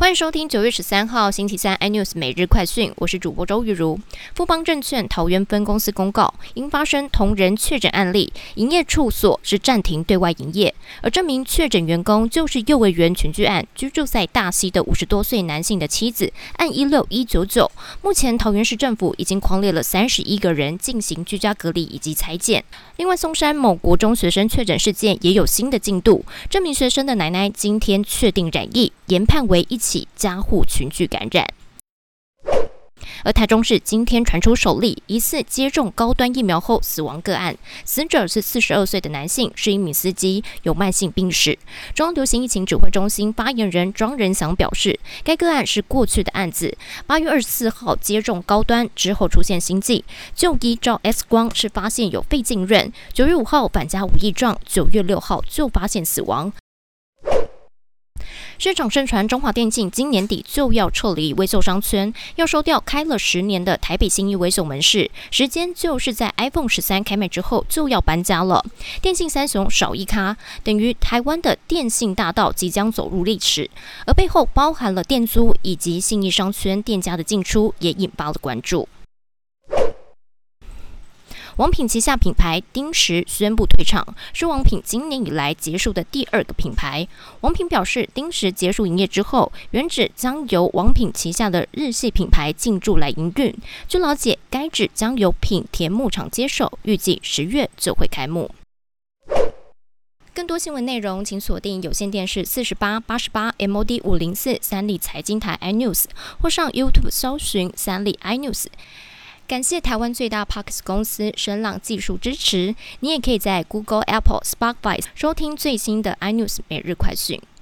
欢迎收听9月13号星期三 iNews 每日快讯，我是主播周玉如。富邦证券桃园分公司公告，因发生同仁确诊案例，营业处所是暂停对外营业。而这名确诊员工就是幼儿园群聚案居住在大溪的50多岁男性的妻子，案16199。目前桃园市政府已经匡列了31个人进行居家隔离以及采检。另外，松山某国中学生确诊事件也有新的进度，这名学生的奶奶今天确定染疫，研判为一起家户群聚感染。而台中市今天传出首例疑似接种高端疫苗后死亡个案，死者是42岁的男性，是一名司机，有慢性病史。中央流行疫情指挥中心发言人庄仁祥表示，该个案是过去的案子，8月24号接种高端之后出现心悸，就医照 X 光是发现有肺浸润，9月5号返家无异状，9月6号就发现死亡。市场盛传中华电信今年底就要撤离微秀商圈，要收掉开了10年的台北信义微秀门市，时间就是在 iPhone 13开卖之后就要搬家了。电信三雄少一咖，等于台湾的电信大道即将走入历史，而背后包含了电租以及信义商圈店家的进出，也引发了关注。王品旗下品牌丁时宣布退场，是王品今年以来结束的第2个品牌。王品表示，丁时结束营业之后，原址将由王品旗下的日系品牌进驻来营运。据了解，该址将由品田牧场接手，预计10月就会开幕。更多新闻内容，请锁定有线电视48、88 MOD 504三立财经台 iNews， 或上 YouTube 搜寻三立 iNews。感谢台湾最大 Podcast 公司声浪技术支持。你也可以在 Google、Apple、Spotify 收听最新的 iNews 每日快讯。